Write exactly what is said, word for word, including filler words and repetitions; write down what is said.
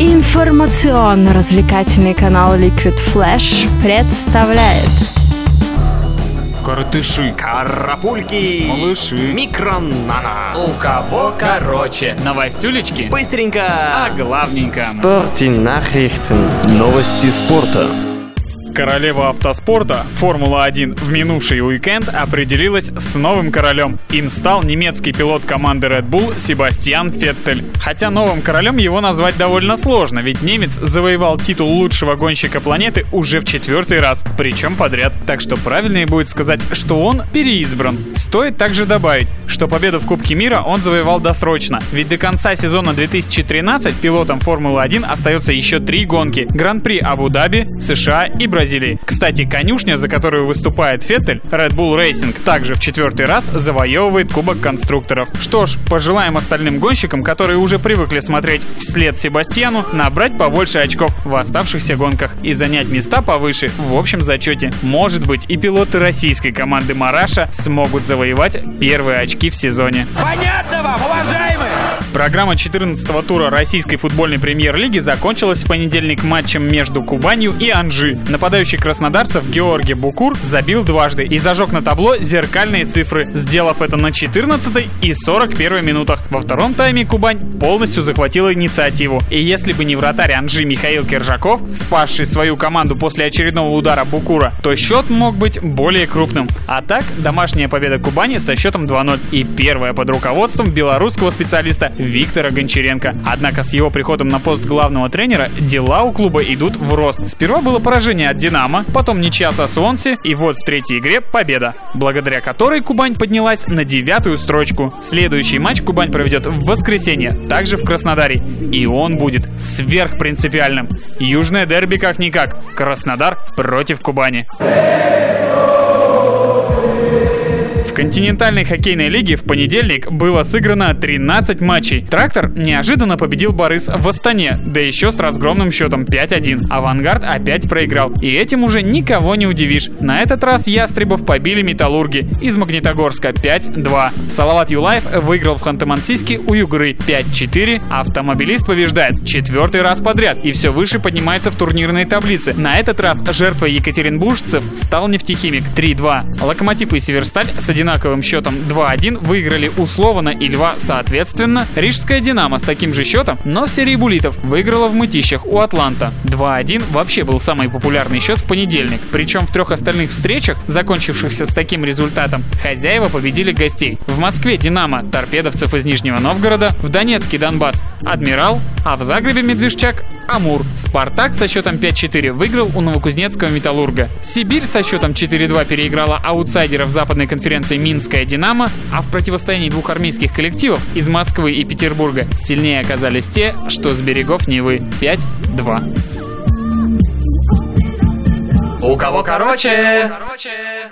Информационно-развлекательный канал Liquid Flash представляет Коротыши, карапульки, малыши, микронана. У кого короче? Новостюлечки? Быстренько, А главненько. Спорти Nachrichten. Новости спорта. Королева автоспорта Формула один в минувший уикенд определилась с новым королем. Им стал немецкий пилот команды Red Bull Себастьян Феттель. Хотя новым королем его назвать довольно сложно, ведь немец завоевал титул лучшего гонщика планеты уже в четвертый раз, причем подряд. Так что правильнее будет сказать, что он переизбран. Стоит также добавить, что победу в Кубке мира он завоевал досрочно, ведь до конца сезона две тысячи тринадцать пилотом Формулы один остается еще три гонки: Гран-при Абу-Даби, США и Бразилии. Кстати, конюшня, за которую выступает Феттель, Red Bull Racing, также в четвертый раз завоевывает Кубок конструкторов. Что ж, пожелаем остальным гонщикам, которые уже привыкли смотреть вслед Себастьяну, набрать побольше очков в оставшихся гонках и занять места повыше в общем зачете. Может быть, и пилоты российской команды Мараша смогут завоевать первые очки в сезоне. Понятно вам, уважаемые? Программа четырнадцатого тура российской футбольной премьер-лиги закончилась в понедельник матчем между Кубанью и Анжи. Нападающий краснодарцев Георгий Букур забил дважды и зажег на табло зеркальные цифры, сделав это на четырнадцатой и сорок первой минутах. Во втором тайме Кубань полностью захватила инициативу. И если бы не вратарь Анжи Михаил Киржаков, спасший свою команду после очередного удара Букура, то счет мог быть более крупным. А так, домашняя победа Кубани со счетом два ноль и первая под руководством белорусского специалиста Виктора Гончаренко. Однако с его приходом на пост главного тренера дела у клуба идут в рост. Сперва было поражение от Динамо, потом ничья со Суонси, и вот в третьей игре победа, благодаря которой Кубань поднялась на девятую строчку. Следующий матч Кубань проведет в воскресенье, также в Краснодаре, и он будет сверхпринципиальным. Южное дерби как-никак. Краснодар против Кубани. В континентальной хоккейной лиге в понедельник было сыграно тринадцать матчей. Трактор неожиданно победил Борис в Астане, да еще с разгромным счетом пять один. Авангард опять проиграл, и этим уже никого не удивишь. На этот раз ястребов побили Металлурги из Магнитогорска пять два. Салават Юлаев выиграл в Ханты-Мансийске у Югры пять четыре. Автомобилист побеждает четвертый раз подряд и все выше поднимается в турнирной таблице. На этот раз жертвой екатеринбуржцев стал нефтехимик три два. Локомотив и Северсталь с одинаковым счетом два один выиграли у Слована и Льва соответственно. Рижская Динамо с таким же счетом, но в серии буллитов выиграла в Мытищах у Атланта. два один вообще был самый популярный счет в понедельник. Причем в трех остальных встречах, закончившихся с таким результатом, хозяева победили гостей. В Москве Динамо торпедовцев из Нижнего Новгорода, в Донецке Донбасс Адмирал, а в Загребе Медвежчак Амур. Спартак со счетом пять четыре выиграл у новокузнецкого Металлурга. Сибирь со счетом четыре два переиграла аутсайдеров западной конференции Минская Динамо, а в противостоянии двух армейских коллективов из Москвы и Петербурга сильнее оказались те, что с берегов Невы пять два. У кого короче? короче.